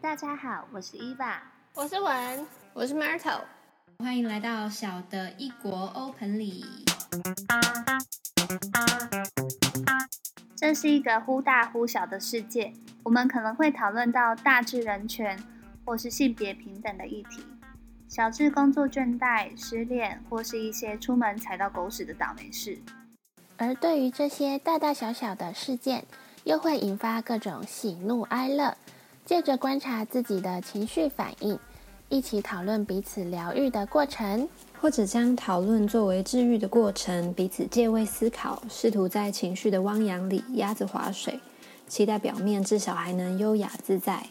大家好，我是 Eva， 我是文， 我是 Myrtle， 欢迎来到小的异国 Open 里。 这是一个忽大忽小的世界，我们可能会讨论到大至人权或是性别平等的议题，小至工作倦怠、失恋或是一些出门踩到狗屎的倒霉事。 而对于这些大大小小的事件，又会引发各种喜怒哀乐，借着观察自己的情绪反应，一起讨论彼此疗愈的过程， 或者将讨论作为治愈的过程，彼此借位思考，试图在情绪的汪洋里鸭子划水，期待表面至少还能优雅自在。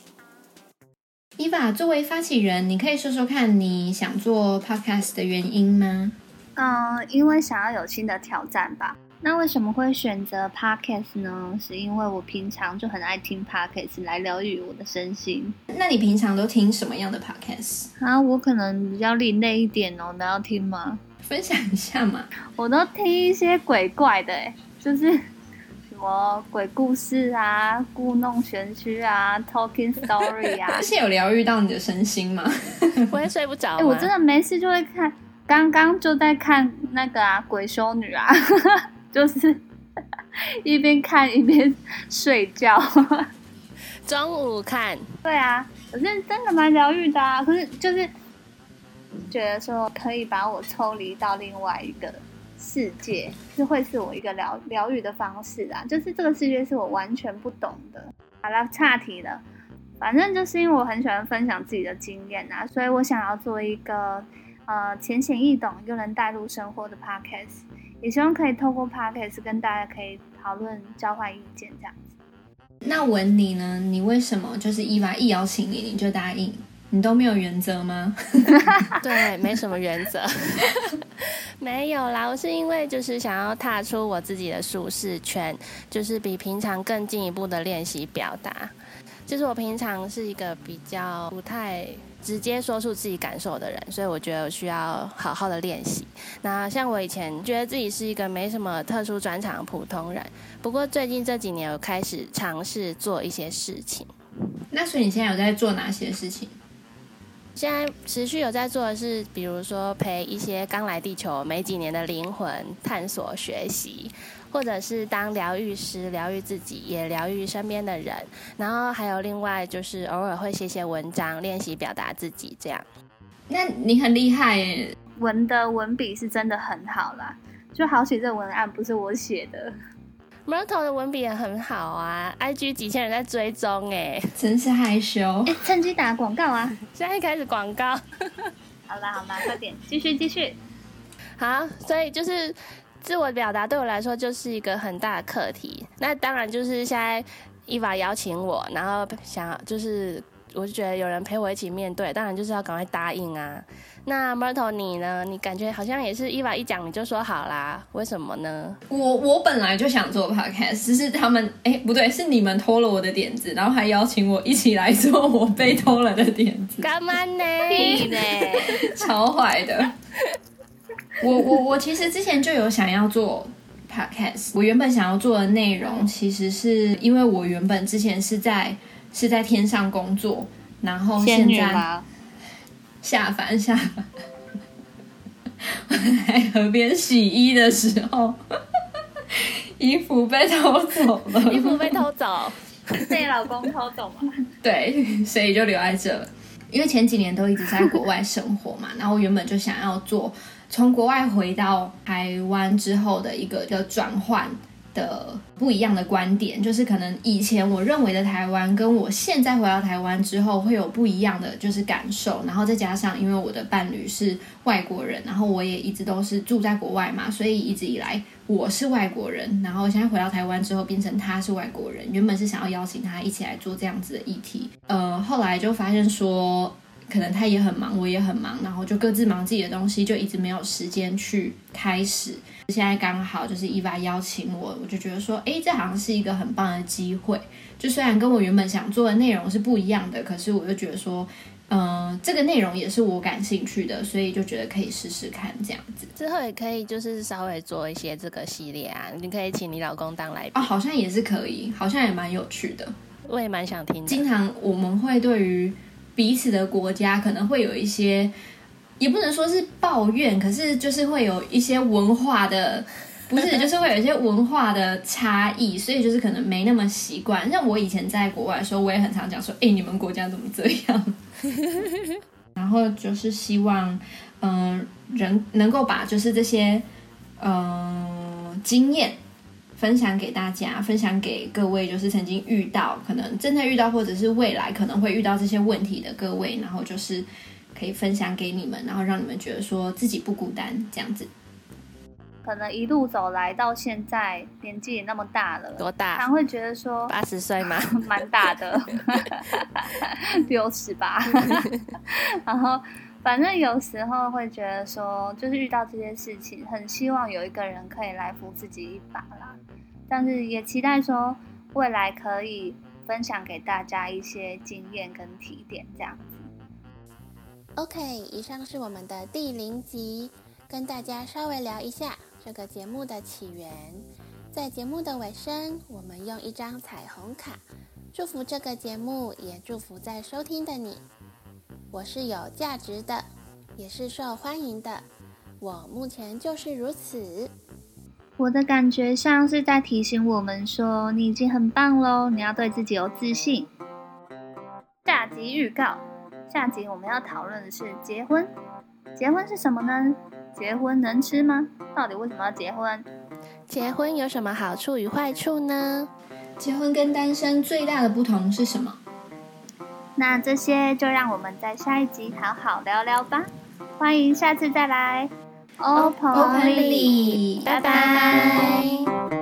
Eva， 作为发起人，你可以说说看你想做 podcast 的原因吗？ 因为想要有新的挑战吧。那为什么会选择 podcast 呢？是因为我平常就很爱听 podcast 来疗愈我的身心。 那你平常都听什么样的 podcast？ 我可能比较另类一点哦，你要听吗？ 分享一下嘛。 我都听一些鬼怪的就是什么鬼故事啊、故弄玄虚啊、talking story 啊。 这些有疗愈到你的身心吗？ 不会睡不着吗？ 我真的没事就会看，刚刚就在看那个鬼修女啊。就是一边看一边睡觉。 中午看。 对啊，可是真的蛮疗愈的啊。可是就是觉得说可以把我抽离到另外一个世界，是会是我一个疗愈的方式啊。就是这个世界是我完全不懂的。好了，岔题了。反正就是因为我很喜欢分享自己的经验啊，所以我想要做一个浅显易懂又能带入生活的 podcast。也希望可以透过 podcast 跟大家可以讨论交换意见这样子。 那文你呢？你为什么就是Eva一邀请你就答应？你都没有原则吗？ 对，没什么原则。没有啦，我是因为就是想要踏出我自己的舒适圈，就是比平常更进一步的练习表达。就是我平常是一个比较不太直接说出自己感受的人，所以我觉得我需要好好的练习。那像我以前觉得自己是一个没什么特殊专长的普通人，不过最近这几年我开始尝试做一些事情。 那所以你现在有在做哪些事情？ 现在持续有在做的是，比如说陪一些刚来地球没几年的灵魂探索学习，或者是当疗愈师，疗愈自己，也疗愈身边的人。然后还有另外就是偶尔会写写文章，练习表达自己这样。 那你很厉害耶， 文的文笔是真的很好啦，就好写这文案不是我写的。 Myrtle 的文笔也很好啊 ，IG 几千人在追踪哎， 真是害羞。 趁机打广告啊！ 现在开始广告。 好啦，快点，继续。 好，所以就是自我表达对我来说就是一个很大的课题。那当然就是现在Eva邀请我，然后就是我就觉得有人陪我一起面对，当然就是要赶快答应啊。那 Myrtle 你呢？你感觉好像也是Eva一讲你就说好啦，为什么呢？ 我本来就想做 podcast， 只是他们不对，是你们偷了我的点子，然后还邀请我一起来做我被偷了的点子。 干嘛呢？ 超坏的。我其实之前就有想要做 podcast， 我原本想要做的内容其实是因为我原本之前是在天上工作，然后现在下凡我在河边洗衣的时候衣服被偷走了。 被老公偷走吗？ 对，所以就留在这。因为前几年都一直在国外生活嘛，然后我原本就想要做从国外回到台湾之后的一个转换的不一样的观点，就是可能以前我认为的台湾跟我现在回到台湾之后会有不一样的就是感受，然后再加上因为我的伴侣是外国人，然后我也一直都是住在国外嘛，所以一直以来我是外国人，然后现在回到台湾之后变成他是外国人，原本是想要邀请他一起来做这样子的议题，后来就发现说可能他也很忙，我也很忙，然后就各自忙自己的东西，就一直没有时间去开始。现在刚好就是Eva邀请我就觉得说这好像是一个很棒的机会，就虽然跟我原本想做的内容是不一样的，可是我就觉得说这个内容也是我感兴趣的，所以就觉得可以试试看这样子。 之后也可以就是稍微做一些这个系列啊，你可以请你老公当来宾好像也是可以，好像也蛮有趣的。 我也蛮想听的。 经常我们会对于彼此的国家可能会有一些，也不能说是抱怨，可是就是会有一些文化的，不是就是会有一些文化的差异，所以就是可能没那么习惯。像我以前在国外的时候，我也很常讲说，你们国家怎么这样？然后就是希望，人能够把就是这些，经验分享给大家，分享给各位，就是曾经遇到，可能正在遇到，或者是未来可能会遇到这些问题的各位，然后就是可以分享给你们，然后让你们觉得说自己不孤单，这样子。 可能一路走来到现在，年纪也那么大了， 多大？ 常会觉得说 80岁吗？ 蛮大的，60吧。然后反正有时候会觉得说，就是遇到这些事情，很希望有一个人可以来扶自己一把啦。但是也期待说，未来可以分享给大家一些经验跟提点，这样子。 OK， 以上是我们的第0集，跟大家稍微聊一下这个节目的起源。在节目的尾声，我们用一张彩虹卡祝福这个节目，也祝福在收听的你。我是有价值的，也是受欢迎的，我目前就是如此。 我的感觉像是在提醒我们说，你已经很棒咯，你要对自己有自信。下集预告，下集我们要讨论的是结婚。结婚是什么呢？结婚能吃吗？到底为什么要结婚？ 结婚有什么好处与坏处呢？ 结婚跟单身最大的不同是什么？ 那这些就让我们在下一集好好聊聊吧。欢迎下次再来。Openly，拜拜。